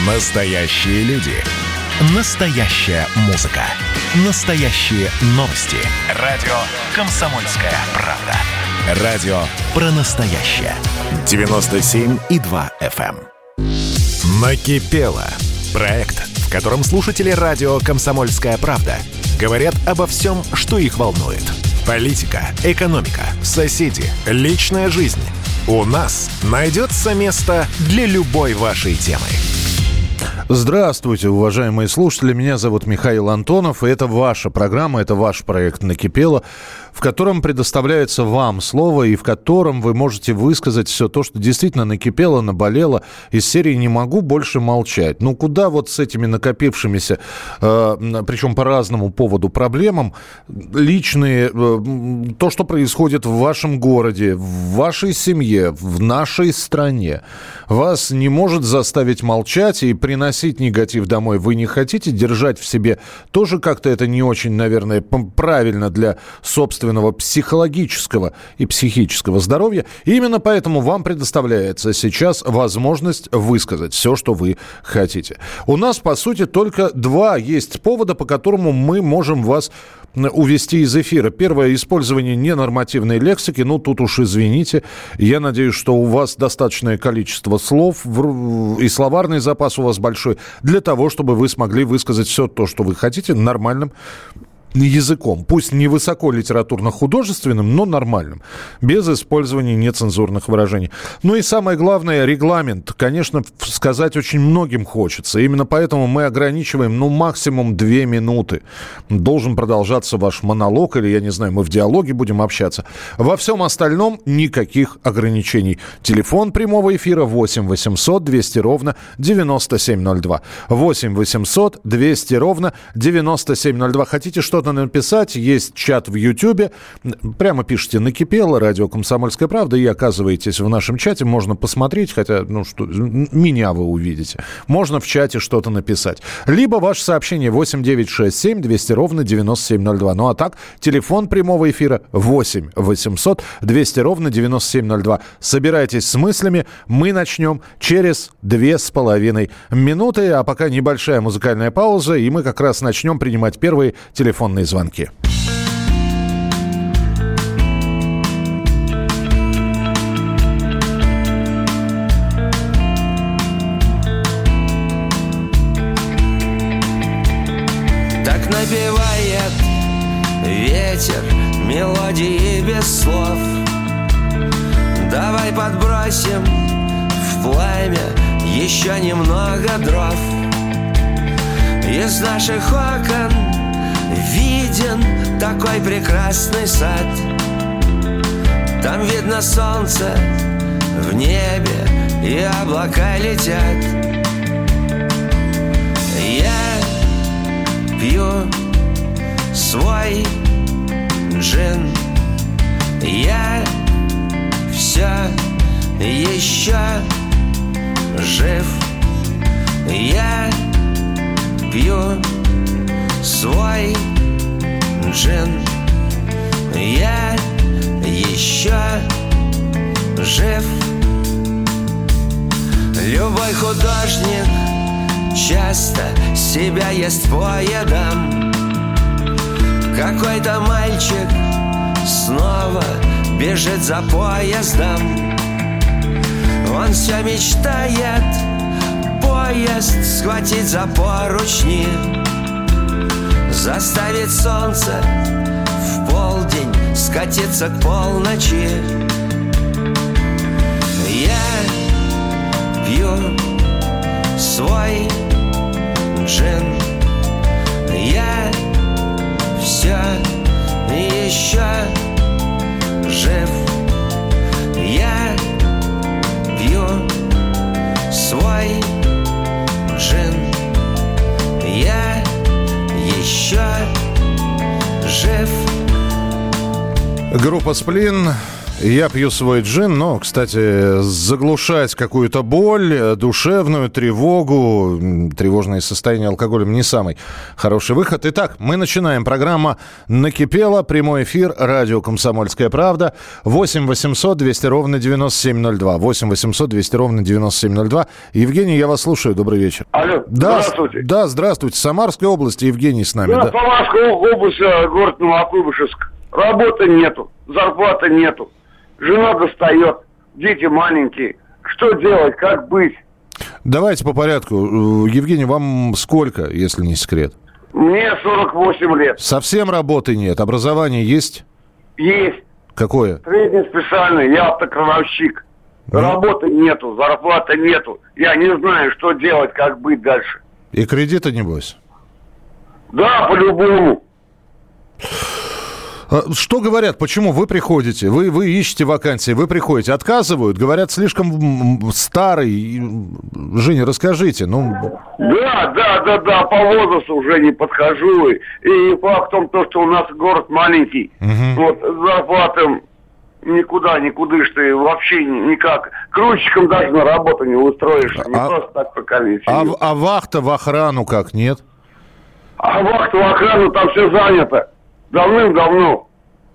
Настоящие люди. Настоящая музыка. Настоящие новости. Радио «Комсомольская правда». Радио про настоящее. 97,2 FM. Накипело. Проект, в котором слушатели радио «Комсомольская правда» говорят обо всем, что их волнует. Политика, экономика, соседи, личная жизнь. У нас найдется место для любой вашей темы. Здравствуйте, уважаемые слушатели. Меня зовут Михаил Антонов, и это ваша программа, это ваш проект «Накипело», в котором предоставляется вам слово, и в котором вы можете высказать все то, что действительно накипело, наболело, из серии «Не могу больше молчать». Ну, куда вот с этими накопившимися, причем по разному поводу, проблемам, личные, то, что происходит в вашем городе, в вашей семье, в нашей стране, вас не может заставить молчать и приносить негатив домой вы не хотите, держать в себе тоже как-то это не очень, наверное, правильно для собственного психологического и психического здоровья. И именно поэтому вам предоставляется сейчас возможность высказать все, что вы хотите. У нас, по сути, только два есть повода, по которому мы можем вас увести из эфира. Первое — использование ненормативной лексики. Ну, тут уж извините. Я надеюсь, что у вас достаточное количество слов и словарный запас у вас большой для того, чтобы вы смогли высказать все то, что вы хотите, нормальным языком. Пусть не высоко литературно-художественным, но нормальным. Без использования нецензурных выражений. Ну и самое главное — регламент. Конечно, сказать очень многим хочется. Именно поэтому мы ограничиваем, максимум 2 минуты. Должен продолжаться ваш монолог, или, я не знаю, мы в диалоге будем общаться. Во всем остальном никаких ограничений. Телефон прямого эфира 8 800 200 ровно 9702. 8 800 200 ровно 9702. Хотите что-то написать, есть чат в Ютьюбе. Прямо пишите «Накипело», радио «Комсомольская правда», и оказываетесь в нашем чате. Можно посмотреть, хотя, меня вы увидите. Можно в чате что-то написать. Либо ваше сообщение 8 967 200 ровно 9702. Ну а так, телефон прямого эфира 8 800 200 ровно 9702. Собирайтесь с мыслями. Мы начнем через 2,5 минуты. А пока небольшая музыкальная пауза, и мы как раз начнем принимать первые телефонные звонки. Так напевает ветер мелодии без слов. Давай подбросим в пламя еще немного дров. Из наших окон виден такой прекрасный сад. Там видно солнце в небе, и облака летят. Я пью свой джин. Я все еще жив. Я пью свой джин. Я еще жив. Любой художник часто себя ест поедом. Какой-то мальчик снова бежит за поездом. Он все мечтает поезд схватить за поручни, заставить солнце в полдень скатиться к полночи. Я пью свой джин. Я все еще жив. Я пью свой джин. Я еще жив. Группа «Сплин». Я пью свой джин, но, кстати, заглушать какую-то боль, душевную тревогу, тревожное состояние алкоголем не самый хороший выход. Итак, мы начинаем. Программа «Накипело». Прямой эфир. Радио «Комсомольская правда». 8 800 200 ровно 9702. 8 800 200 ровно 9702. Евгений, я вас слушаю. Добрый вечер. Алло, да, здравствуйте. Да, здравствуйте. Самарская область. Евгений с нами. Да, Самарская область, город Новокуйбышевск. Работы нету, зарплаты нету. Жена достает, дети маленькие. Что делать, как быть? Давайте по порядку. Евгений, вам сколько, если не секрет? Мне 48 лет. Совсем работы нет? Образование есть? Есть. Какое? Среднеспециальный, я автокрановщик. Работы нету, зарплаты нету. Я не знаю, что делать, как быть дальше. И кредита, небось? Да, по-любому. Что говорят? Почему вы приходите? Вы ищете вакансии, вы приходите, отказывают, говорят, слишком старый. Женя, расскажите. Да, по возрасту уже не подхожу. И факт в том, что у нас город маленький. Вот зарплаты никудышные, вообще никак. Крутчиком даже на работу не устроишь. Не просто так прокалить. А вахта в охрану как, нет? А вахта в охрану, там все занято. Давным-давно.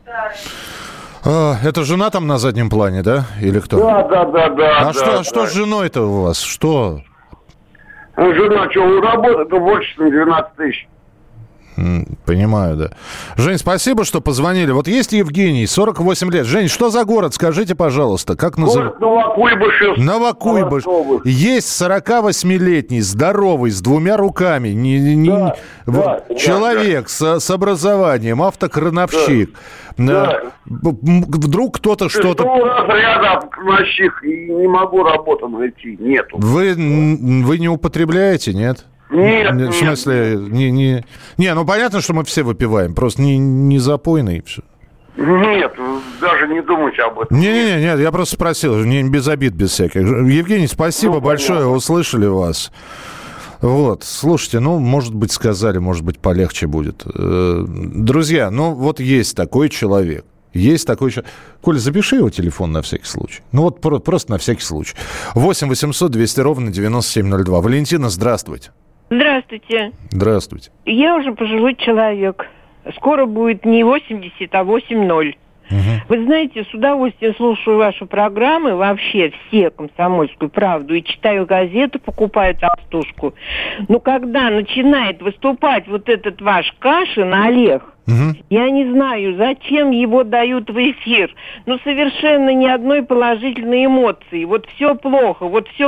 Это жена там на заднем плане, да? Или кто? Да. Что с женой-то у вас? Что? Жена, работает, то больше, чем 12 тысяч. Понимаю, да. Жень, спасибо, что позвонили. Вот есть Евгений, 48 лет. Жень, что за город? Скажите, пожалуйста, как называется? Новокуйбышев. Новокуйбышев. Есть 48-летний, здоровый, с двумя руками. Человек с образованием, автокрановщик. Да. Вдруг кто-то что-то... Рядом крановщик, и не могу работу найти. Нету. Вы не употребляете, нет? Нет. В смысле, ну понятно, что мы все выпиваем, просто не запойный. Нет, даже не думайте об этом. Нет, я просто спросил, не без обид, без всяких. Евгений, спасибо большое, услышали вас. Вот, слушайте, может быть, сказали, может быть, полегче будет. Друзья, вот есть такой человек. Коля, запиши его телефон на всякий случай. Просто на всякий случай. 8 800 200 ровно 9702. Валентина, здравствуйте. Здравствуйте. Здравствуйте. Я уже пожилой человек. Скоро будет не 80, а 8-0. Вы знаете, с удовольствием слушаю ваши программы, вообще все «Комсомольскую правду», и читаю газеты, покупаю толстушку. Но когда начинает выступать вот этот ваш Кашин, Олег, я не знаю, зачем его дают в эфир. Совершенно ни одной положительной эмоции. Вот все плохо.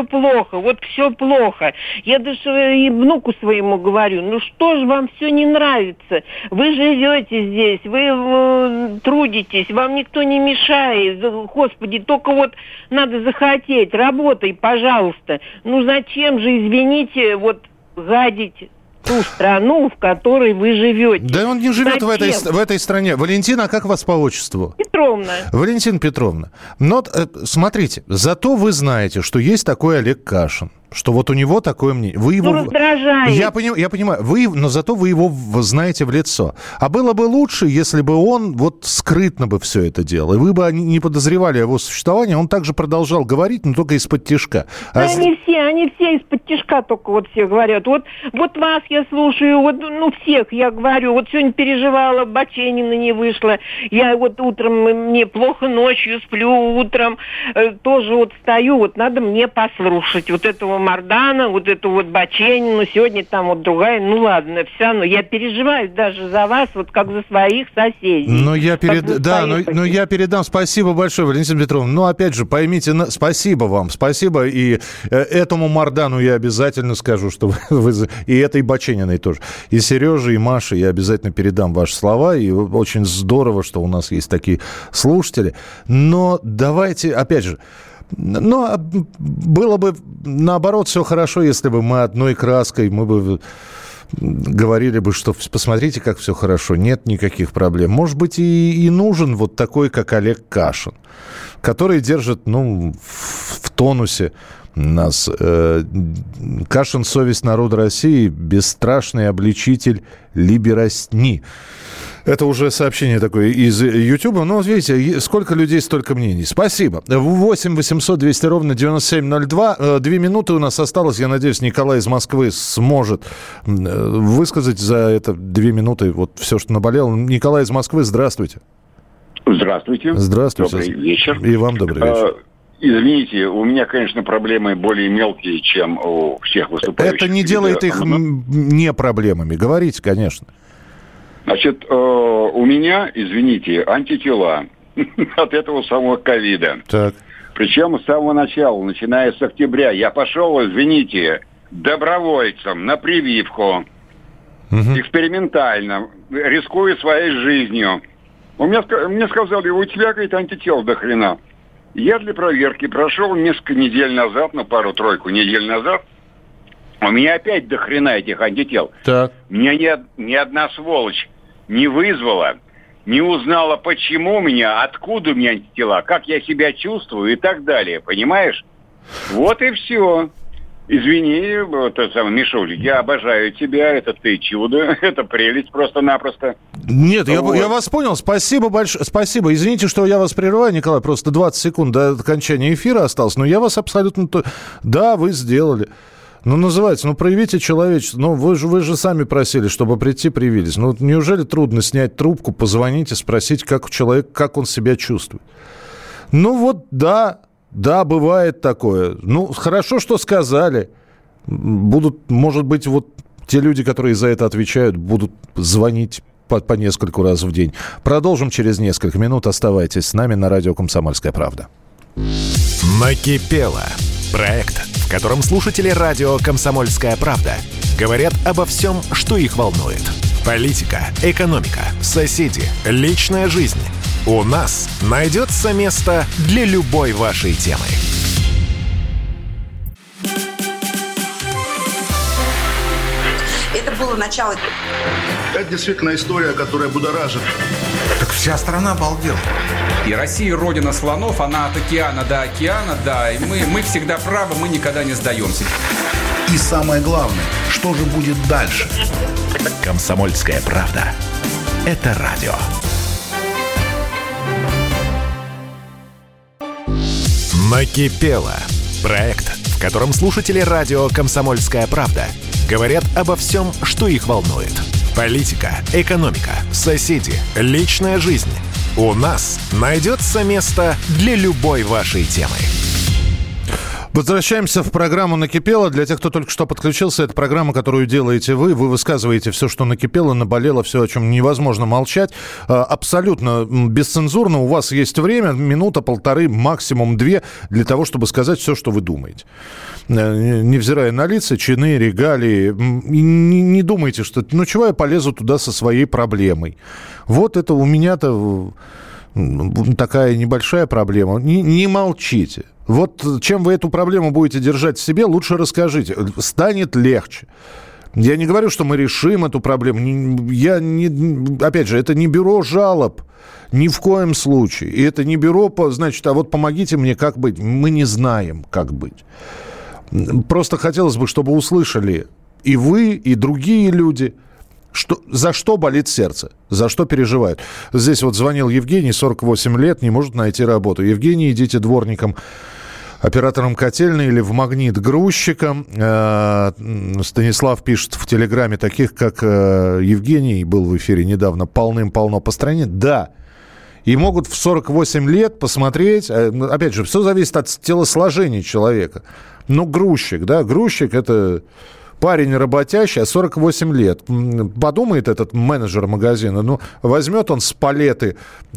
Я даже и внуку своему говорю, что же вам все не нравится? Вы живете здесь, вы трудитесь, вам никто не мешает. Господи, только надо захотеть, работай, пожалуйста. Зачем же, извините, гадить ту страну, в которой вы живете. Да он не живет в этой стране. Валентина, а как вас по отчеству? Петровна. Валентина Петровна. Смотрите, зато вы знаете, что есть такой Олег Кашин. Что у него такое мнение. Вы его... раздражает. Я понимаю. Но зато вы его знаете в лицо. А было бы лучше, если бы он скрытно бы все это делал. И вы бы не подозревали о его существовании. Он также продолжал говорить, но только из-под тишка. Они все из-под тишка только все говорят. Вот вас я слушаю, всех я говорю. Сегодня переживала, Баченина не вышла. Я утром, мне плохо, ночью сплю, утром тоже встаю. Надо мне послушать этого Мардана, эту Баченину, сегодня там другая, ладно, все равно я переживаю даже за вас, как за своих соседей. Я передам. Спасибо большое, Валентина Петровна. Опять же, поймите, спасибо вам, спасибо, и этому Мардану я обязательно скажу, что вы и этой Бачениной тоже, и Сереже, и Маше я обязательно передам ваши слова, и очень здорово, что у нас есть такие слушатели. Но давайте, опять же, было бы, наоборот, все хорошо, если бы мы одной краской, мы бы говорили бы, что посмотрите, как все хорошо, нет никаких проблем. Может быть, и нужен такой, как Олег Кашин, который держит, в тонусе нас. Кашин — совесть народа России, бесстрашный обличитель либерастни. Это уже сообщение такое из Ютуба. Но, видите, сколько людей, столько мнений. Спасибо. 8 800 200 ровно 9702. 2 минуты у нас осталось. Я надеюсь, Николай из Москвы сможет высказать за это 2 минуты вот все, что наболело. Николай из Москвы, здравствуйте. Здравствуйте. Здравствуйте. Добрый вечер. И вам добрый вечер. Извините, у меня, конечно, проблемы более мелкие, чем у всех выступающих. Это не делает их не проблемами. Говорите, конечно. Значит, у меня, извините, антитела от этого самого ковида. Так. Причем с самого начала, начиная с октября, я пошел, извините, добровольцем на прививку. Экспериментально, рискуя своей жизнью. Мне сказали, у тебя, говорит, антител до хрена. Я для проверки прошел несколько недель назад, пару-тройку недель назад. У меня опять до хрена этих антител. Так. Меня ни одна сволочь не вызвала, не узнала, почему у меня, откуда у меня антитела, как я себя чувствую и так далее. Понимаешь? Вот и все. Извини, Мишуль, я обожаю тебя, это ты чудо, это прелесть просто-напросто. Нет, вот. я вас понял, спасибо большое, спасибо. Извините, что я вас прерываю, Николай, просто 20 секунд до окончания эфира осталось, но я вас абсолютно... Да, вы сделали. Называется, проявите человечество. Вы же сами просили, чтобы прийти, привились. Неужели трудно снять трубку, позвонить и спросить, как человек, как он себя чувствует? Да, бывает такое. Хорошо, что сказали. Будут, может быть, те люди, которые за это отвечают, будут звонить по нескольку раз в день. Продолжим через несколько минут. Оставайтесь с нами на радио «Комсомольская правда». Накипело. Проект, в котором слушатели радио «Комсомольская правда» говорят обо всем, что их волнует. Политика, экономика, соседи, личная жизнь. У нас найдется место для любой вашей темы. Это было начало. Это действительно история, которая будоражит. Так вся страна обалдела. И Россия родина слонов, она от океана до океана, да. И мы всегда правы, мы никогда не сдаемся. И самое главное, что же будет дальше? «Комсомольская правда». Это радио. Накипело. Проект, в котором слушатели радио «Комсомольская правда» говорят обо всем, что их волнует. Политика, экономика, соседи, личная жизнь. У нас найдется место для любой вашей темы. Возвращаемся в программу «Накипело». Для тех, кто только что подключился, это программа, которую делаете вы. Вы высказываете все, что накипело, наболело, все, о чем невозможно молчать. Абсолютно бесцензурно. У вас есть время, минута, полторы, максимум 2, для того, чтобы сказать все, что вы думаете. Невзирая на лица, чины, регалии. Не думайте, что чего я полезу туда со своей проблемой. Вот это у меня-то такая небольшая проблема. Не молчите. Вот чем вы эту проблему будете держать в себе, лучше расскажите. Станет легче. Я не говорю, что мы решим эту проблему. Опять же, это не бюро жалоб. Ни в коем случае. И это не бюро, значит, а вот помогите мне, как быть. Мы не знаем, как быть. Просто хотелось бы, чтобы услышали и вы, и другие люди, за что болит сердце, за что переживают. Здесь вот звонил Евгений, 48 лет, не может найти работу. Евгений, идите дворником, оператором котельной или в «Магнит» грузчиком. Станислав пишет в Телеграме, таких как Евгений, был в эфире недавно, полным-полно по стране. Да, и могут в 48 лет посмотреть, опять же, все зависит от телосложения человека. Грузчик, да, грузчик – это парень работящий, а 48 лет. Подумает этот менеджер магазина, возьмет он с палеты,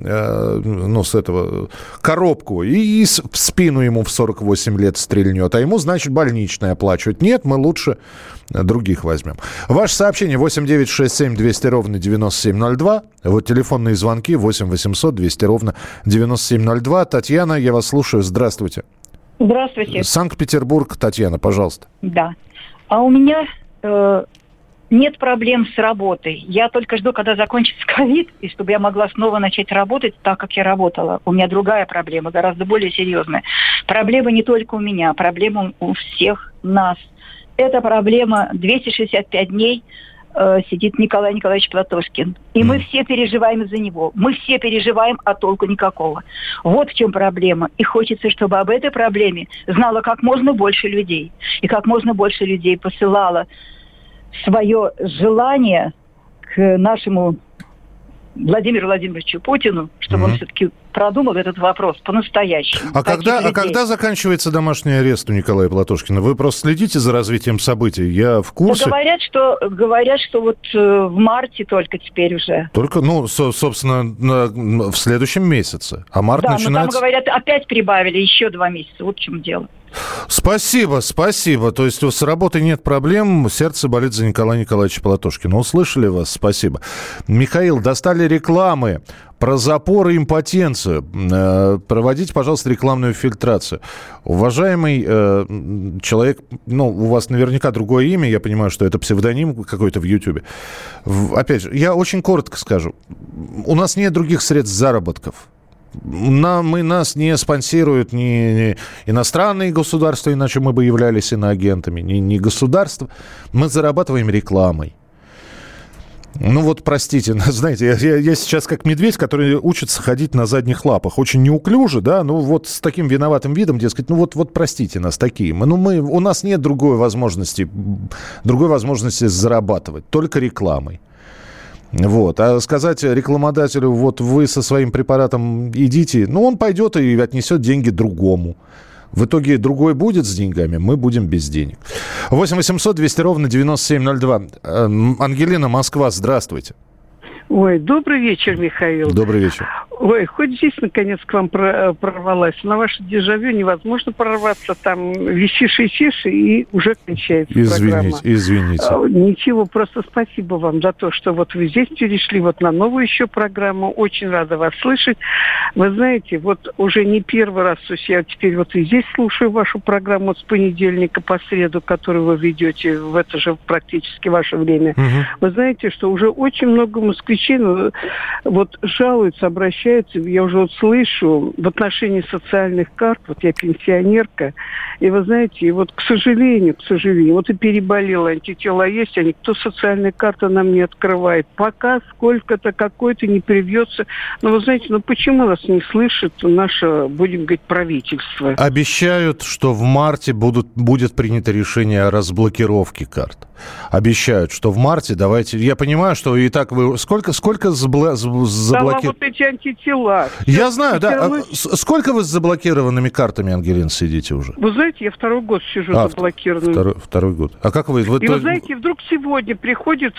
с этого, коробку и в спину ему в 48 лет стрельнет. А ему, значит, больничное оплачивать. Нет, мы лучше других возьмем. Ваше сообщение 8 967 200 ровно 9702. Вот телефонные звонки 8 800 200 ровно 9702. Татьяна, я вас слушаю. Здравствуйте. Здравствуйте. Санкт-Петербург. Татьяна, пожалуйста. Да. А у меня Нет проблем с работой. Я только жду, когда закончится ковид, и чтобы я могла снова начать работать так, как я работала. У меня другая проблема, гораздо более серьезная. Проблема не только у меня, проблема у всех нас. Это проблема 265 дней сидит Николай Николаевич Платошкин. И мы все переживаем за него. Мы все переживаем, а толку никакого. Вот в чем проблема. И хочется, чтобы об этой проблеме знало как можно больше людей. И как можно больше людей посылало свое желание к нашему Владимиру Владимировичу Путину, чтобы он все-таки продумал этот вопрос по-настоящему. А когда заканчивается домашний арест у Николая Платошкина? Вы просто следите за развитием событий? Я в курсе. Да говорят, что вот в марте только теперь уже. Только, собственно, в следующем месяце. А март начинается... Да, но там, говорят, опять прибавили еще 2 месяца. Вот в чем дело. Спасибо. То есть с работой нет проблем, сердце болит за Николая Николаевича Платошкина. Услышали вас? Спасибо. Михаил, достали рекламы про запор и импотенцию. Проводите, пожалуйста, рекламную фильтрацию. Уважаемый человек, у вас наверняка другое имя, я понимаю, что это псевдоним какой-то в Ютьюбе. Опять же, я очень коротко скажу. У нас нет других средств заработков. Нас не спонсируют ни иностранные государства, иначе мы бы являлись иноагентами, ни государства. Мы зарабатываем рекламой. Простите, знаете, я сейчас как медведь, который учится ходить на задних лапах. Очень неуклюже, да, с таким виноватым видом, дескать, простите нас такие. У нас нет другой возможности зарабатывать, только рекламой. А сказать рекламодателю, вы со своим препаратом идите, он пойдет и отнесет деньги другому. В итоге другой будет с деньгами, мы будем без денег. 8 800 200 ровно 9702. Ангелина, Москва, здравствуйте. Ой, добрый вечер, Михаил. Добрый вечер. Ой, хоть здесь, наконец, к вам прорвалась. На ваше дежавю невозможно прорваться. Там висишь и уже кончается программа. Извините. Ничего, просто спасибо вам за то, что вы здесь перешли на новую еще программу. Очень рада вас слышать. Вы знаете, уже не первый раз, то есть я теперь и здесь слушаю вашу программу с понедельника по среду, которую вы ведете в это же практически ваше время. Угу. Вы знаете, что уже очень много москвичей жалуются, обращаются, я уже слышу в отношении социальных карт, я пенсионерка, и вы знаете, к сожалению, и переболела, антитела есть, а никто социальные карты нам не открывает. Пока сколько-то какой-то не привьется. Но вы знаете, почему нас не слышит наше, будем говорить, правительство? Обещают, что в марте будет принято решение о разблокировке карт. Обещают, что в марте, давайте... Я понимаю, что и так вы... Сколько заблокировали? Эти антитела. Я знаю, да. Сколько вы с заблокированными картами, Ангелина, сидите уже? Вы знаете, я 2-й год сижу заблокированным. Второй год. А как вы... И вы знаете, вдруг сегодня приходит,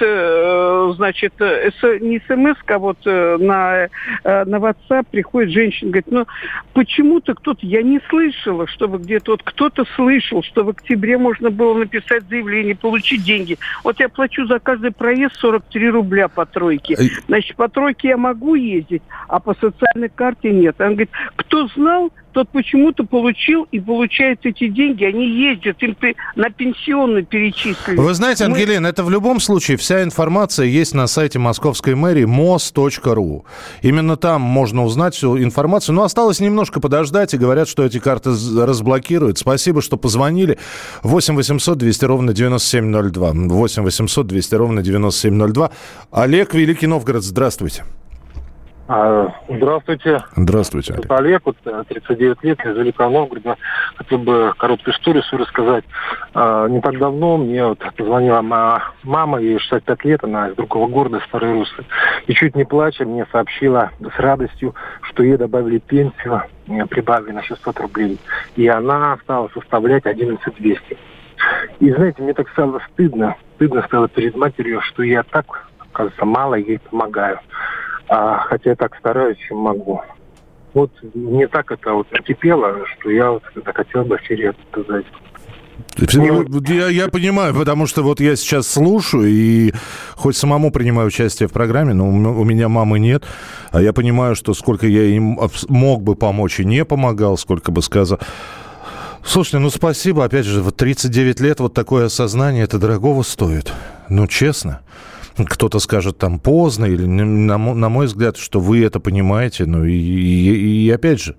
не смс-ка, на WhatsApp приходит женщина, говорит, почему-то кто-то... Я не слышала, чтобы где-то... кто-то слышал, что в октябре можно было написать заявление, получить деньги. Я плачу за каждый проезд 43 рубля по тройке. Значит, по тройке я могу ездить, а по социальной карте нет. Она говорит, кто знал, тот почему-то получил и получает эти деньги. Они ездят, им на пенсионный перечислили. Вы знаете, Ангелина, это в любом случае вся информация есть на сайте Московской мэрии mos.ru. Именно там можно узнать всю информацию. Но осталось немножко подождать, и говорят, что эти карты разблокируют. Спасибо, что позвонили. 8 800 200 ровно 9702. 8 800 200 ровно 9702. Олег, Великий Новгород, здравствуйте. Здравствуйте. Здравствуйте, Олег. Это Олег, 39 лет, из Великого Новгорода. Хотел бы короткую историю свою рассказать. Не так давно мне позвонила моя мама, ей 65 лет, она из другого города, Старой Руссы. И чуть не плача мне сообщила с радостью, что ей добавили пенсию, прибавили на 600 рублей. И она стала составлять 11 200. И знаете, мне так стало стыдно стало перед матерью, что я так, кажется, мало ей помогаю. Хотя я так стараюсь, чем могу. Мне так это накипело, что я захотел бы в эфире сказать. Я понимаю, потому что я сейчас слушаю, и хоть самому принимаю участие в программе, но у меня мамы нет, а я понимаю, что сколько я им мог бы помочь и не помогал, сколько бы сказал. Слушайте, ну спасибо. Опять же, вот 39 лет, вот такое осознание, это дорогого стоит. Ну, честно. Кто-то скажет там поздно, или, на мой взгляд, что вы это понимаете. Ну, и опять же,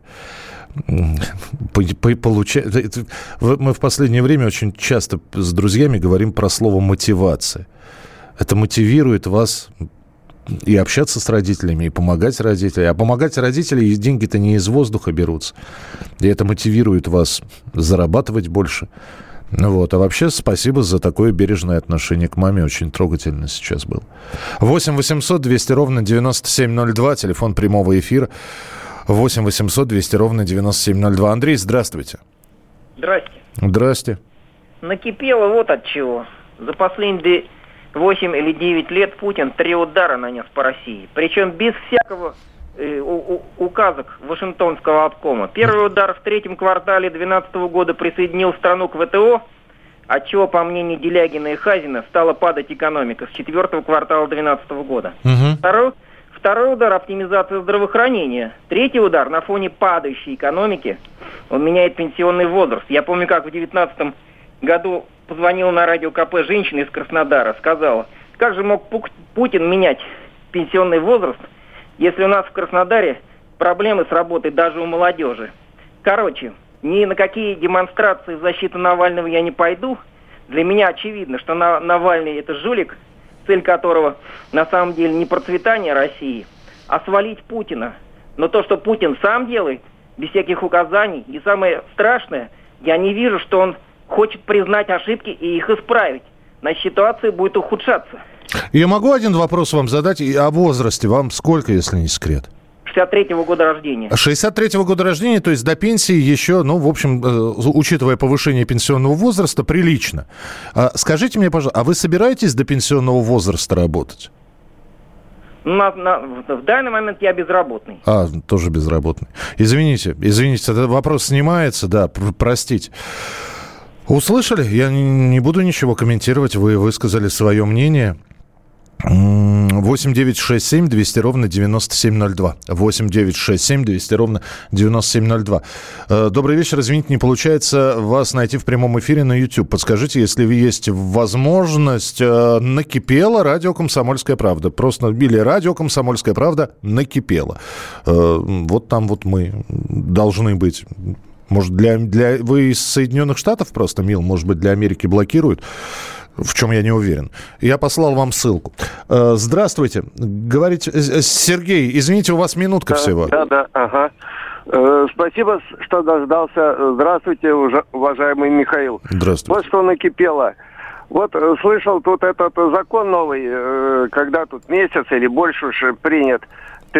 мы в последнее время очень часто с друзьями говорим про слово «мотивация». Это мотивирует вас и общаться с родителями, и помогать родителям. А помогать родителям, и деньги-то не из воздуха берутся. И это мотивирует вас зарабатывать больше. Вот. А вообще спасибо за такое бережное отношение к маме. Очень трогательно сейчас было. 8 800 200 ровно 9702. Телефон прямого эфира. 8 800 200 ровно 9702. Андрей, здравствуйте. Здрасте. Здрасте. Накипело вот от чего. За последние 8 или 9 лет Путин 3 удара нанес по России. Причем без всякого указок Вашингтонского обкома. Первый удар в 3-м квартале 2012 года присоединил страну к ВТО, отчего, по мнению Делягина и Хазина, стала падать экономика с 4-го квартала 2012 года. Второй удар – оптимизация здравоохранения. Третий удар – на фоне падающей экономики, он меняет пенсионный возраст. Я помню, как в 2019 году позвонила на радио КП женщина из Краснодара, сказала, как же мог Путин менять пенсионный возраст, если у нас в Краснодаре проблемы с работой даже у молодежи. Короче, ни на какие демонстрации в защиту Навального я не пойду. Для меня очевидно, что Навальный – это жулик, цель которого на самом деле не процветание России, а свалить Путина. Но то, что Путин сам делает, без всяких указаний, и самое страшное, я не вижу, что он хочет признать ошибки и их исправить. Значит, ситуация будет ухудшаться. Я могу один вопрос вам задать о возрасте? Вам сколько, если не секрет? 63-го года рождения. 63-го года рождения, то есть до пенсии еще, ну, в общем, учитывая повышение пенсионного возраста, прилично. Скажите мне, пожалуйста, а вы собираетесь до пенсионного возраста работать? В данный момент я безработный. Тоже безработный. Извините, этот вопрос снимается, да, простите. Услышали? Я не буду ничего комментировать, вы высказали свое мнение. 8 9 6 7 200 ровно 9702. 8 9 6 7 200 ровно 9702. Добрый вечер. Извините, не получается вас найти в прямом эфире на YouTube. Подскажите, если есть возможность, накипело радио «Комсомольская правда». Просто или радио «Комсомольская правда» накипело. Вот там вот мы должны быть. Может, вы из Соединенных Штатов просто, Мил? Может быть, для Америки блокируют? В чем я не уверен. Я послал вам ссылку. Здравствуйте. Говорите, Сергей, извините, у вас минутка всего. Да, ага. Спасибо, что дождался. Здравствуйте, уважаемый Михаил. Здравствуйте. Вот что накипело. Вот слышал тут этот закон новый, когда тут месяц или больше уж принят. До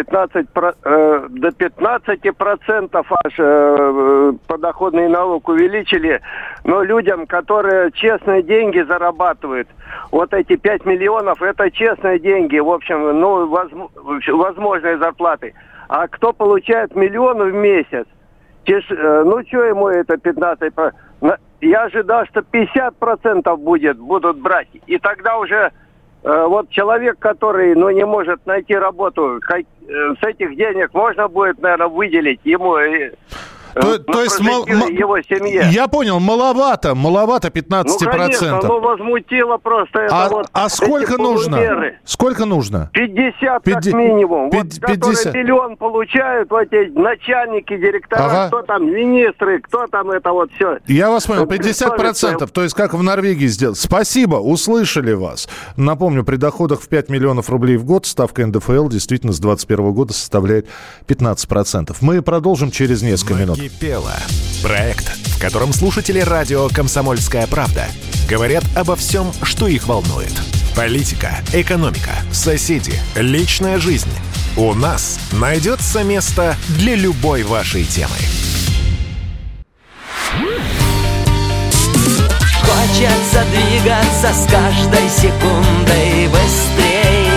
15% аж подоходный налог увеличили, но людям, которые честные деньги зарабатывают, вот эти 5 миллионов, это честные деньги, в общем, ну, возможные зарплаты. А кто получает миллион в месяц, ну, что ему это 15%? Я ожидал, что 50% будут брать, и тогда уже... Вот человек, который, не может найти работу, с этих денег можно будет, наверное, выделить ему то есть его семье. Я понял, маловато 15%. Ну, конечно, возмутило просто это А сколько нужно? Сколько нужно? 50 как минимум. Вот, которые миллион получают, вот эти начальники, директора, кто там, министры, кто там это вот все. Я вас понял, 50%, то есть как в Норвегии сделать. Спасибо, услышали вас. Напомню, при доходах в 5 миллионов рублей в год ставка НДФЛ действительно с 2021 года составляет 15%. Мы продолжим через несколько минут. Накипело. Проект, в котором слушатели радио «Комсомольская правда» говорят обо всем, что их волнует. Политика, экономика, соседи, личная жизнь. У нас найдется место для любой вашей темы. Хочется двигаться с каждой секундой быстрей.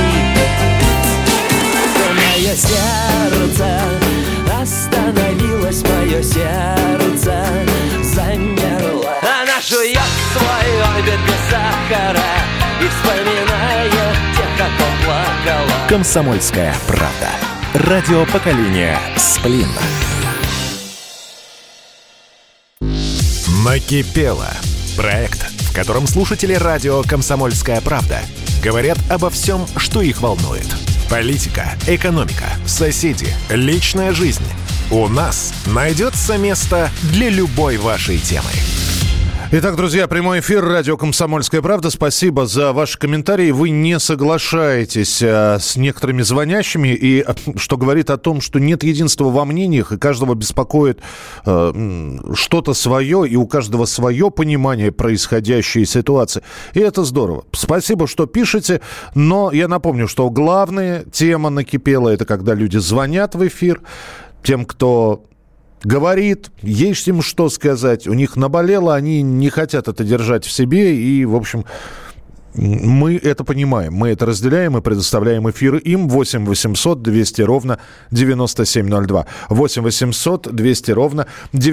Мое сердце остановилось, мое сердце замерло. Она жует свой орбит без сахара и вспоминает тех, кого плакала. «Комсомольская правда». Радио поколения «Сплин». Накипело. Проект, в котором слушатели радио «Комсомольская правда» говорят обо всем, что их волнует. Политика, экономика, соседи, личная жизнь. У нас найдется место для любой вашей темы. Итак, друзья, прямой эфир, радио «Комсомольская правда». Спасибо за ваши комментарии. Вы не соглашаетесь с некоторыми звонящими, и что говорит о том, что нет единства во мнениях, и каждого беспокоит что-то свое, и у каждого свое понимание происходящей ситуации. И это здорово. Спасибо, что пишете, но я напомню, что главная тема накипела, это когда люди звонят в эфир, тем, кто говорит, есть им что сказать, у них наболело, они не хотят это держать в себе, и, в общем, мы это понимаем, мы это разделяем и предоставляем эфир им. 8 800 200 ровно 9702. 8 800 200 ровно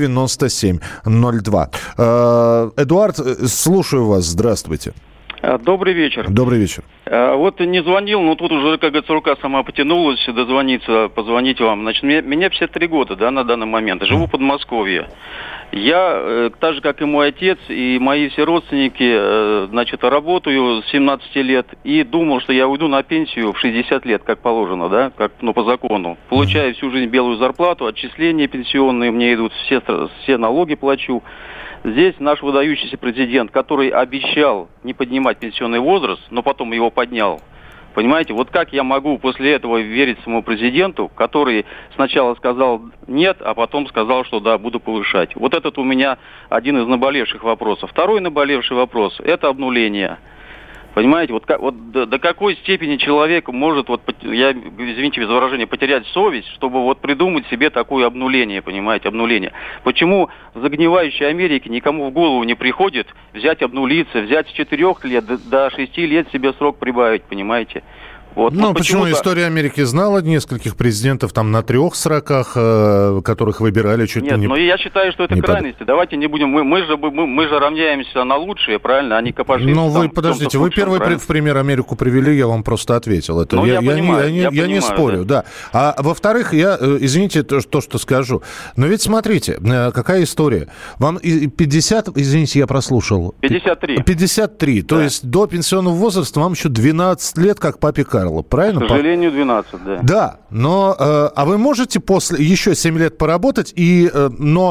9702. Эдуард, слушаю вас, здравствуйте. Добрый вечер. Добрый вечер. Вот не звонил, но тут уже, как говорится, рука сама потянулась дозвониться, позвонить вам. Значит, мне 53 года, да, на данный момент. Живу в Подмосковье. Я, так же, как и мой отец, и мои все родственники, значит, работаю с 17 лет и думал, что я уйду на пенсию в 60 лет, как положено, да, как, ну, по закону. Получаю всю жизнь белую зарплату, отчисления пенсионные мне идут, все налоги плачу. Здесь наш выдающийся президент, который обещал не поднимать пенсионный возраст, но потом его поднял. Понимаете, вот как я могу после этого верить своему президенту, который сначала сказал нет, а потом сказал, что да, буду повышать. Вот этот у меня один из наболевших вопросов. Второй наболевший вопрос – это обнуление. Понимаете, вот до какой степени человек может, вот, я, извините за выражение, потерять совесть, чтобы вот придумать себе такое обнуление, понимаете, обнуление. Почему в загнивающей Америке никому в голову не приходит взять обнулиться, взять с 4 лет до 6 лет себе срок прибавить, понимаете? Вот, ну, почему история Америки знала нескольких президентов там на 3 сроках, которых выбирали чуть ли не... Нет, но я считаю, что это крайности. Давайте не будем... Мы же равняемся на лучшие, правильно? А не копошимся. Ну, вы подождите, вы первый в пример Америку привели, я вам просто ответил. Это я не спорю, да. А во-вторых, я, извините, то, что скажу. Но ведь смотрите, какая история. Вам 50... Извините, я прослушал. 53. 53. Да. То есть до пенсионного возраста вам еще 12 лет, как папе Карлу. Правильно? К сожалению, 12, да. Да, но... а вы можете после еще 7 лет поработать, но...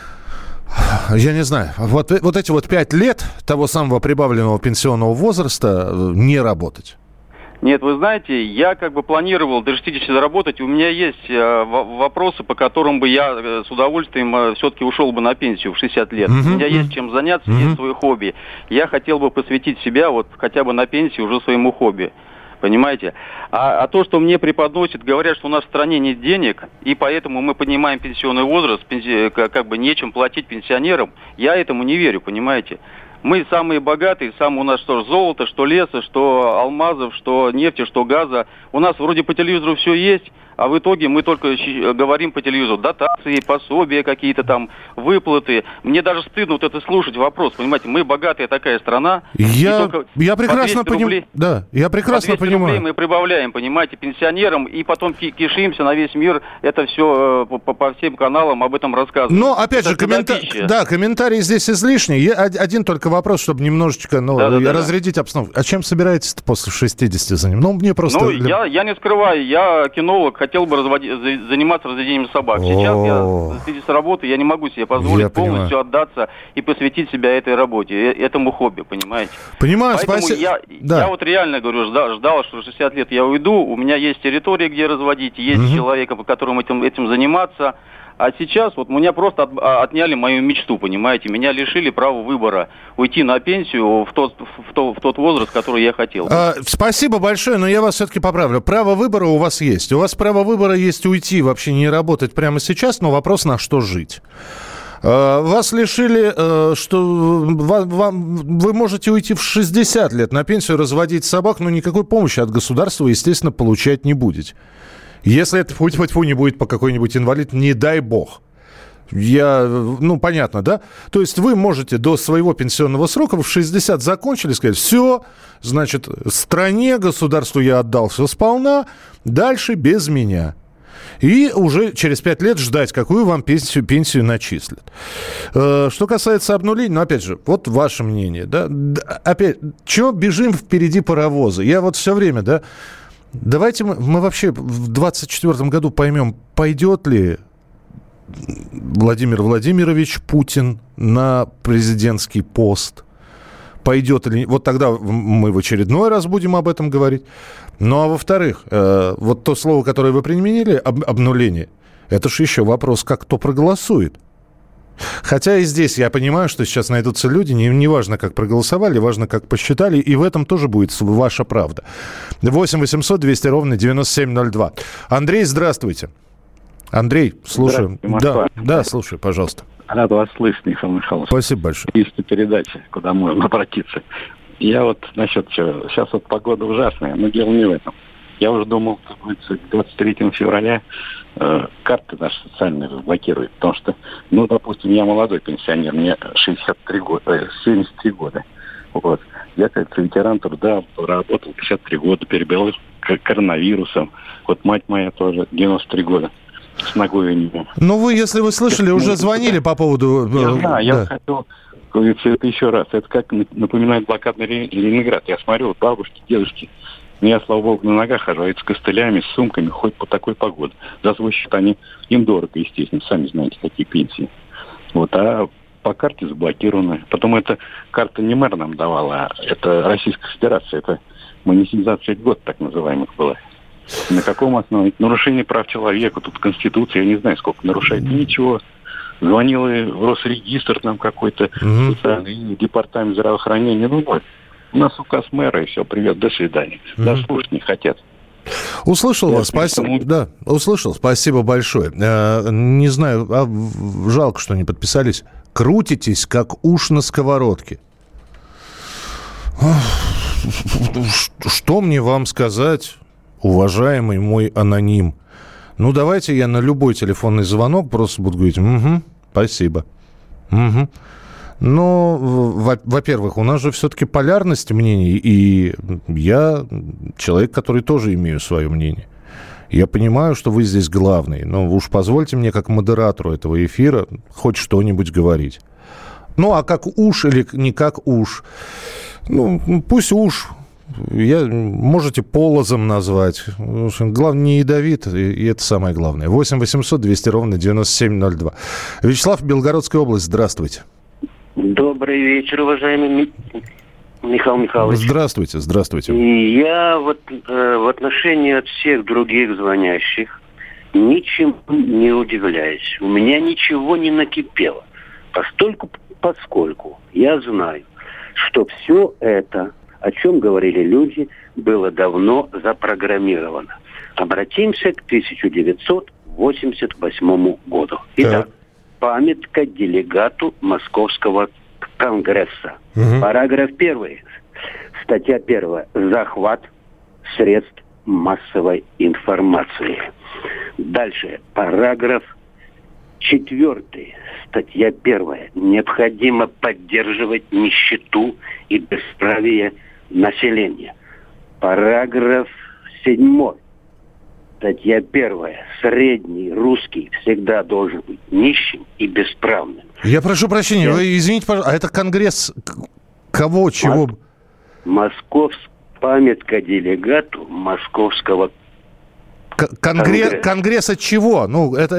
Я не знаю, вот эти вот 5 лет того самого прибавленного пенсионного возраста не работать? Нет, вы знаете, я как бы планировал до 60 работать. У меня есть вопросы, по которым бы я с удовольствием все-таки ушел бы на пенсию в 60 лет. У меня есть чем заняться, есть свое хобби. Я хотел бы посвятить себя вот хотя бы на пенсии уже своему хобби. Понимаете? А то, что мне преподносят, говорят, что у нас в стране нет денег, и поэтому мы поднимаем пенсионный возраст, как бы нечем платить пенсионерам, я этому не верю, понимаете? Мы самые богатые, у нас что золото, что леса, что алмазов, что нефти, что газа. У нас вроде по телевизору все есть, а в итоге мы только говорим по телевизору. Дотации, пособия какие-то там, выплаты. Мне даже стыдно вот это слушать вопрос, понимаете? Мы богатая такая страна. Я прекрасно понимаю. Да, я прекрасно понимаю. Рублей мы прибавляем, понимаете, пенсионерам, и потом кишимся на весь мир. Это все по всем каналам об этом рассказывают. Но, опять же, комментарий здесь излишний. Один только вопрос, чтобы немножечко разрядить обстановку. А чем собираетесь после 60 за ним? Ну, мне просто... Ну, я не скрываю, я кинолог, хотел бы заниматься разведением собак. Сейчас я с работы, я не могу себе позволить полностью отдаться и посвятить себя этой работе, этому хобби, понимаете? Понимаю, спасибо. Я вот реально говорю, ждал, что 60 лет я уйду, у меня есть территория, где разводить, есть человек, которым этим заниматься. А сейчас вот меня просто отняли мою мечту, понимаете? Меня лишили права выбора уйти на пенсию в тот возраст, который я хотел. Спасибо большое, но я вас все-таки поправлю. Право выбора у вас есть. У вас право выбора есть уйти, вообще не работать прямо сейчас, но вопрос, на что жить. Вас лишили, что вы можете уйти в 60 лет на пенсию, разводить собак, но никакой помощи от государства, естественно, получать не будете. Если это тьфу-тьфу не будет по какой-нибудь инвалид, не дай бог. Понятно, да? То есть вы можете до своего пенсионного срока в 60 закончили, сказать, все, значит, стране, государству я отдал все сполна, дальше без меня. И уже через 5 лет ждать, какую вам пенсию начислят. Что касается обнуления, ну, опять же, вот ваше мнение, да, опять, чего бежим впереди паровоза? Я вот все время, да, давайте мы вообще в 2024 году поймем, пойдет ли Владимир Владимирович Путин на президентский пост, пойдет или... Вот тогда мы в очередной раз будем об этом говорить. Ну, а во-вторых, вот то слово, которое вы применили, обнуление, это же еще вопрос, как кто проголосует. Хотя и здесь я понимаю, что сейчас найдутся люди, не важно, как проголосовали, важно, как посчитали, и в этом тоже будет ваша правда. 8 800 200 ровно 9702. Андрей, здравствуйте. Андрей, слушаю. Да, слушаю, пожалуйста. Рад вас слышать, Михаил Михайлович. Спасибо большое. Есть передача, куда можно обратиться. Я вот насчет чего. Сейчас вот погода ужасная, но дело не в этом. Я уже думал, как говорится, к 23 февраля карты наши социальные разблокируют. Потому что, ну, допустим, я молодой пенсионер, мне 73 года. Вот. Я, как ветеран труда, работал 53 года, переболел коронавирусом. Вот мать моя тоже 93 года. С ногой у него. Ну, вы, если вы слышали, уже звонили по поводу... Я знаю, я хотел, говорится, это еще раз. Это как напоминает блокадный Ленинград. Я смотрю, вот бабушки, дедушки, я, слава богу, на ногах хожу, с костылями, с сумками, хоть по такой погоде. За свой счет им дорого, естественно, сами знаете, какие пенсии. Вот, а по карте заблокированы. Потом эта карта не мэр нам давала, а это Российская Федерация, это монетизация льгот, так называемых была. На каком основании? Нарушение прав человека, тут Конституция, я не знаю, сколько нарушает. Ничего. Звонил и в Росрегистр там какой-то, социальный департамент здравоохранения. Ну вот, у нас указ мэра, и все, привет, до свидания. Да, слушать не хотят. Услышал вас, спасибо. Да, услышал, спасибо большое. Не знаю, жалко, что не подписались. Крутитесь, как уж на сковородке. Что мне вам сказать, уважаемый мой аноним? Ну, давайте я на любой телефонный звонок просто буду говорить: угу, спасибо. Угу. Но, во-первых, у нас же все-таки полярность мнений, и я человек, который тоже имею свое мнение. Я понимаю, что вы здесь главный, но уж позвольте мне, как модератору этого эфира, хоть что-нибудь говорить. Ну, а как уж или не как уж? Ну, пусть уж. Можете полозом назвать. Главное, не ядовит, и это самое главное. 8 800 200 ровно 9702. Вячеслав, Белгородская область, здравствуйте. Добрый вечер, уважаемый Михаил Михайлович. Здравствуйте, здравствуйте. И я вот в отношении от всех других звонящих ничем не удивляюсь. У меня ничего не накипело. Поскольку я знаю, что все это, о чем говорили люди, было давно запрограммировано. Обратимся к 1988 году. Итак, памятка делегату Московского конгресса. Параграф 1. Статья 1. Захват средств массовой информации. Дальше. Параграф 4. Статья 1. Необходимо поддерживать нищету и бесправие населения. Параграф 7. Статья 1. Средний русский всегда должен быть нищим и бесправным. Я прошу прощения, вы извините, пожалуйста, а это конгресс кого, чего? Памятка делегату Московского Конгресс от чего? Ну, это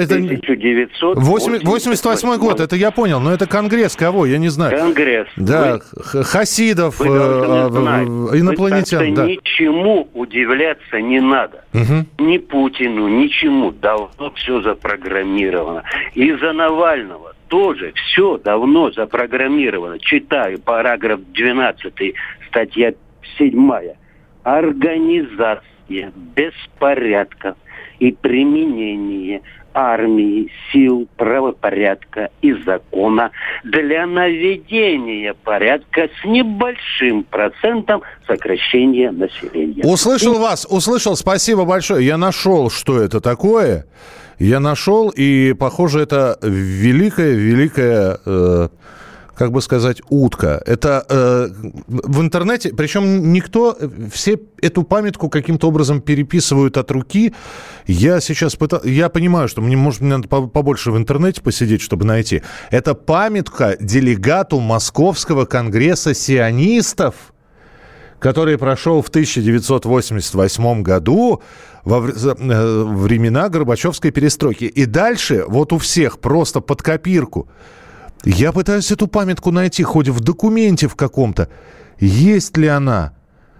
88 год, это я понял, но это конгресс кого? Я не знаю. Конгресс. Да, хасидов, инопланетян. Да. Ничему удивляться не надо. Ни Путину, ничему. Давно все запрограммировано. И за Навального тоже все давно запрограммировано. Читаю параграф 12, статья 7. Организация беспорядков и применение армии, сил правопорядка и закона для наведения порядка с небольшим процентом сокращения населения. Услышал вас, спасибо большое. Я нашел, что это такое. И, похоже, это великая как бы сказать, утка. Это в интернете, причем никто, все эту памятку каким-то образом переписывают от руки. Я сейчас я понимаю, что мне надо побольше в интернете посидеть, чтобы найти. Это памятка делегату Московского конгресса сионистов, который прошел в 1988 году во времена Горбачевской перестройки. И дальше вот у всех просто под копирку. Я пытаюсь эту памятку найти, хоть в документе в каком-то. Есть ли она?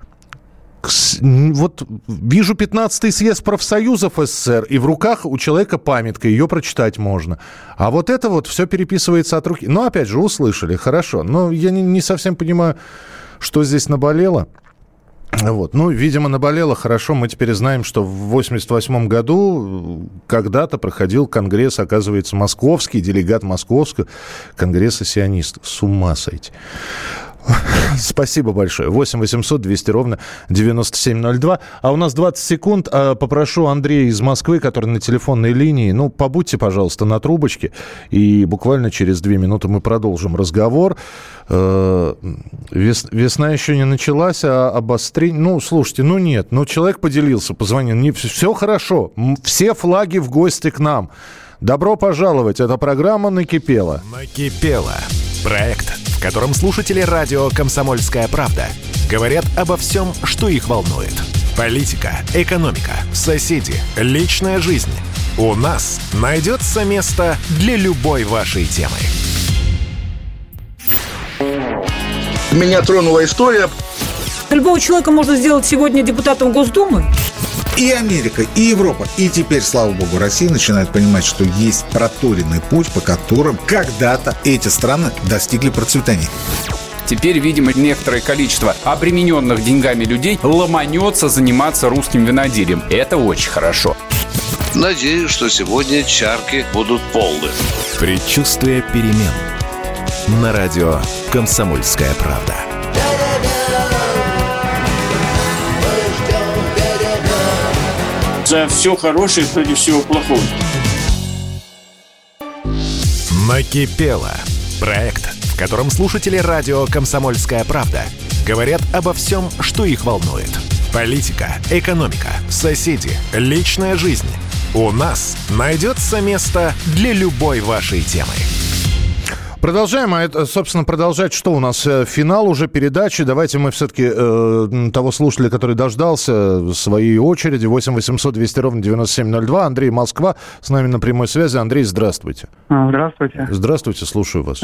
Вот вижу 15-й съезд профсоюзов СССР, и в руках у человека памятка, ее прочитать можно. А вот это вот все переписывается от руки. Ну, опять же, услышали, хорошо. Но я не совсем понимаю, что здесь наболело. Вот. Ну, видимо, наболело. Хорошо, мы теперь знаем, что в 1988 году когда-то проходил конгресс, оказывается, московский, делегат Московского конгресса сионистов. С ума сойти. Спасибо большое. 8 800 200 ровно 9702. А у нас 20 секунд. Попрошу Андрея из Москвы, который на телефонной линии. Ну, побудьте, пожалуйста, на трубочке. И буквально через 2 минуты мы продолжим разговор. Весна еще не началась, а обострение... Ну, слушайте, нет. Человек поделился, позвонил. Все хорошо. Все флаги в гости к нам. Добро пожаловать. Это программа «Накипело». «Накипело». Проект, в котором слушатели радио «Комсомольская правда» говорят обо всем, что их волнует. Политика, экономика, соседи, личная жизнь. У нас найдется место для любой вашей темы. Меня тронула история. Любого человека можно сделать сегодня депутатом Госдумы. И Америка, и Европа, и теперь, слава богу, Россия начинает понимать, что есть проторенный путь, по которым когда-то эти страны достигли процветания. Теперь, видимо, некоторое количество обремененных деньгами людей ломанется заниматься русским виноделием. Это очень хорошо. Надеюсь, что сегодня чарки будут полны. Предчувствие перемен. На радио «Комсомольская правда». За все хорошее против всего плохого. Накипело. Проект, в котором слушатели радио «Комсомольская правда» говорят обо всем, что их волнует. Политика, экономика, соседи, личная жизнь. У нас найдется место для любой вашей темы. Продолжаем, а это, собственно, продолжать, что у нас? Финал уже передачи. Давайте мы все-таки того слушателя, который дождался своей очереди. 8 800 200 ровно 9702. Андрей, Москва, с нами на прямой связи. Андрей, здравствуйте. Здравствуйте. Здравствуйте, слушаю вас.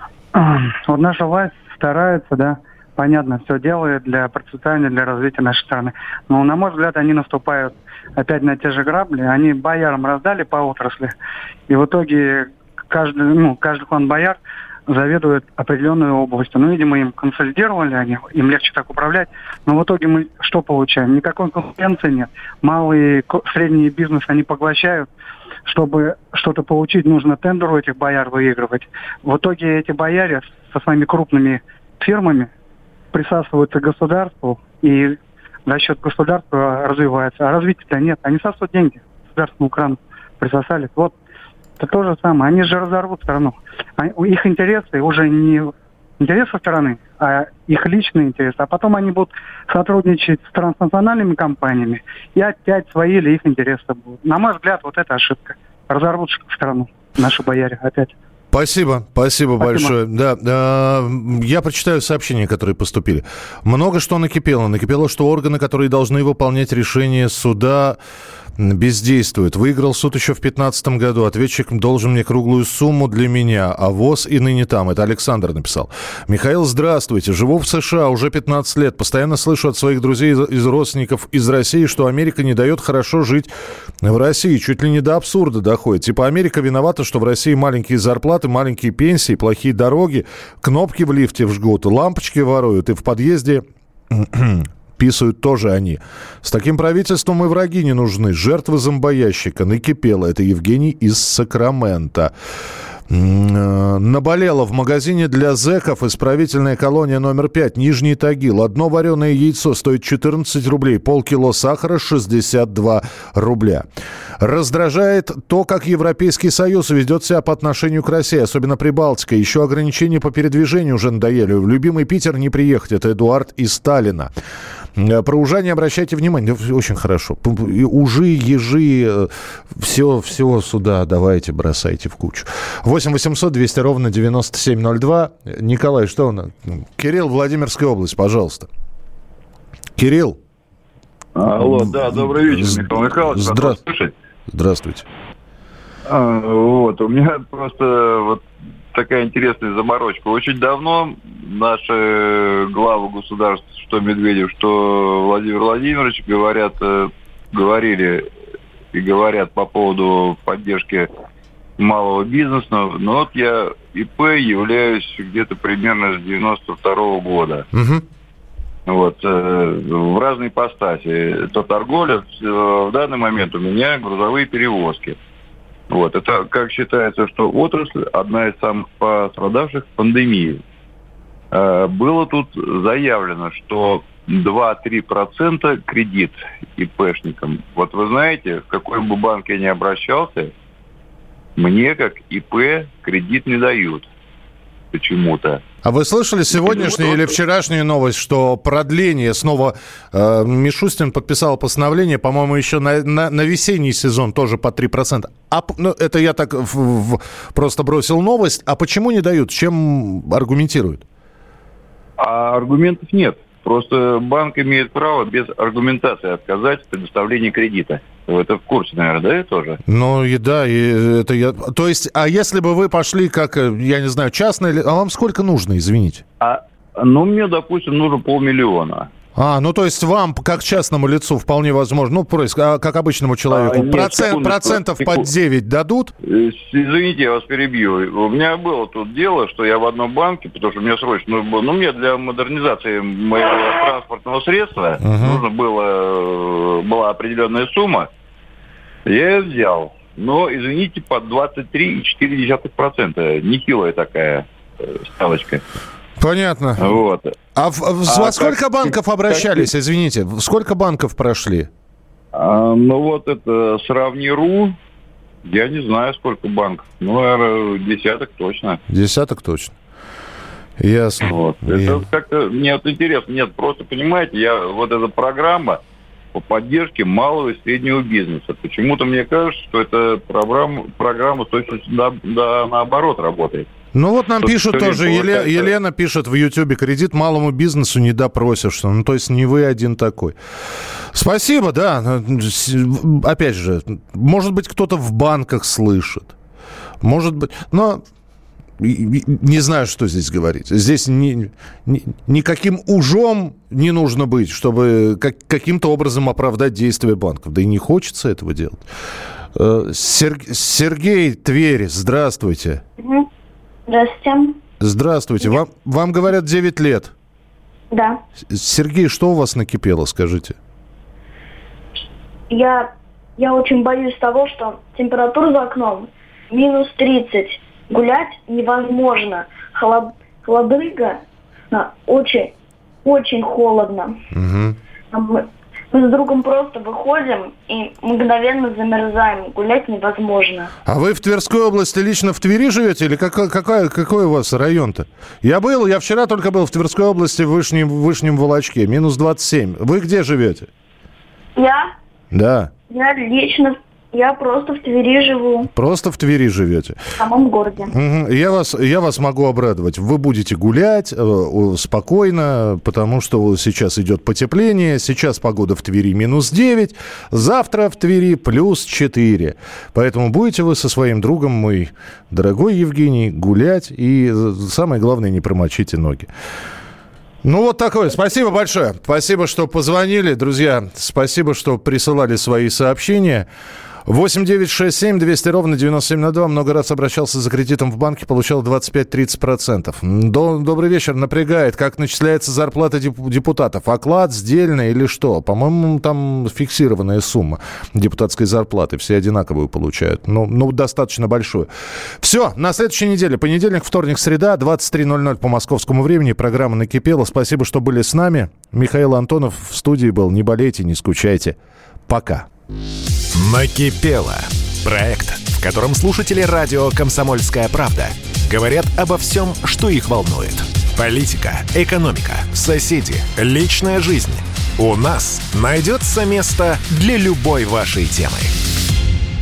Вот наша власть старается, да, понятно, все делает для процветания, для развития нашей страны. Но, на мой взгляд, они наступают опять на те же грабли. Они боярам раздали по отрасли, и в итоге... Каждый клан бояр заведует определенной областью. Видимо, им консолидировали, им легче так управлять. Но в итоге мы что получаем? Никакой конкуренции нет. Малый, средний бизнес они поглощают. Чтобы что-то получить, нужно тендер у этих бояр выигрывать. В итоге эти бояре со своими крупными фирмами присасываются к государству, и за счет государства развиваются. А развития-то нет. Они сосут деньги. Государственному крану присосались. Вот. Это то же самое. Они же разорвут страну. Их интересы уже не интересы страны, а их личные интересы. А потом они будут сотрудничать с транснациональными компаниями, и опять свои или их интересы будут. На мой взгляд, вот это ошибка. Разорвут страну наши бояре опять. Спасибо большое. Да, я прочитаю сообщения, которые поступили. Много что накипело. Накипело, что органы, которые должны выполнять решения суда, бездействуют. Выиграл суд еще в 2015 году. Ответчик должен мне круглую сумму для меня. А ВОЗ и ныне там. Это Александр написал. Михаил, здравствуйте. Живу в США уже 15 лет. Постоянно слышу от своих друзей из родственников из России, что Америка не дает хорошо жить в России. Чуть ли не до абсурда доходит. Типа Америка виновата, что в России маленькие зарплаты, маленькие пенсии, плохие дороги, кнопки в лифте вжгут, лампочки воруют, и в подъезде писают тоже они. С таким правительством и враги не нужны. Жертвы зомбоящика. Накипело. Это Евгений из Сакрамента. Наболело в магазине для зэков исправительная колония номер 5, Нижний Тагил. Одно вареное яйцо стоит 14 рублей, полкило сахара 62 рубля. Раздражает то, как Европейский Союз ведет себя по отношению к России, особенно Прибалтика. Еще ограничения по передвижению уже надоели. В любимый Питер не приехать. Это Эдуард из Сталина. Про ужа не обращайте внимания. Очень хорошо. Ужи, ежи, все сюда давайте, бросайте в кучу. 8 800 200 ровно 9702. Николай, что у нас? Кирилл, Владимирская область, пожалуйста. Кирилл. Алло, да, добрый вечер, Михаил Михайлович. Здравствуйте. Вот, у меня просто вот такая интересная заморочка. Очень давно наши главы государств, что Медведев, что Владимир Владимирович, говорили и говорят по поводу поддержки малого бизнеса. Но вот я ИП являюсь где-то примерно с 92 года. Вот, в разной ипостаси. То торговля, в данный момент у меня грузовые перевозки. Вот, это, как считается, что отрасль одна из самых пострадавших в пандемии. Было тут заявлено, что 2-3% кредит ИПшникам. Вот вы знаете, в какой бы банк я ни обращался, мне как ИП кредит не дают почему-то. А вы слышали сегодняшнюю или вчерашнюю новость, что продление снова Мишустин подписал постановление, по-моему, еще на весенний сезон тоже по 3%. Это я так просто бросил новость. А почему не дают? Чем аргументируют? А аргументов нет. Просто банк имеет право без аргументации отказать в предоставлении кредита. Вы это в курсе, наверное, да, тоже? Ну, и да, и это я... То есть, а если бы вы пошли как, я не знаю, частное... А вам сколько нужно, извините? Мне, допустим, нужно 500 000. Ну, то есть вам, как частному лицу, вполне возможно, как обычному человеку, процентов под 9 дадут? Извините, я вас перебью. У меня было тут дело, что я в одном банке, потому что мне срочно нужно было, мне для модернизации моего транспортного средства нужно была определенная сумма. Я ее взял. Но, извините, под 23,4%. Нехилая такая ставочка. Понятно. Вот. Во сколько банков обращались, извините? Сколько банков прошли? Это Сравни.ру. Я не знаю, сколько банков. Наверное, десяток точно. Десяток точно. Ясно. Вот. Это как-то мне интересно. Нет, просто, понимаете, эта программа по поддержке малого и среднего бизнеса. Почему-то мне кажется, что эта программа точно наоборот работает. Нам пишут тоже, Елена пишет в Ютьюбе, кредит малому бизнесу не допросишь. То есть не вы один такой. Спасибо, да. Опять же, может быть, кто-то в банках слышит. Может быть, но не знаю, что здесь говорить. Здесь никаким ужом не нужно быть, чтобы каким-то образом оправдать действия банков. Да и не хочется этого делать. Сергей, Тверь, здравствуйте. Здравствуйте. Здравствуйте. Вам говорят 9 лет. Да. Сергей, что у вас накипело, скажите? Я очень боюсь того, что температура за окном минус 30. Гулять невозможно. Холодрыга, очень, очень холодно. Мы с другом просто выходим и мгновенно замерзаем. Гулять невозможно. А вы в Тверской области лично в Твери живете? Или какой у вас район-то? Я вчера только был в Тверской области в Вышнем Волочке. Минус 27. Вы где живете? Я? Да. Я просто в Твери живу. Просто в Твери живете? В самом городе. Я вас могу обрадовать. Вы будете гулять спокойно, потому что сейчас идет потепление. Сейчас погода в Твери минус 9. Завтра в Твери плюс 4. Поэтому будете вы со своим другом, мой дорогой Евгений, гулять. И самое главное, не промочите ноги. Вот такое. Спасибо большое. Спасибо, что позвонили. Друзья, спасибо, что присылали свои сообщения. 8-967-200-97-02. Много раз обращался за кредитом в банке, получал 25-30%. Добрый вечер. Напрягает, как начисляется зарплата депутатов. Оклад, сдельная или что? По-моему, там фиксированная сумма депутатской зарплаты. Все одинаковую получают. Ну, достаточно большую. Все, на следующей неделе. Понедельник, вторник, среда, 23:00 по московскому времени. Программа «Накипела». Спасибо, что были с нами. Михаил Антонов в студии был. Не болейте, не скучайте. Пока. «Накипело» – проект, в котором слушатели радио «Комсомольская правда» говорят обо всем, что их волнует. Политика, экономика, соседи, личная жизнь. У нас найдется место для любой вашей темы.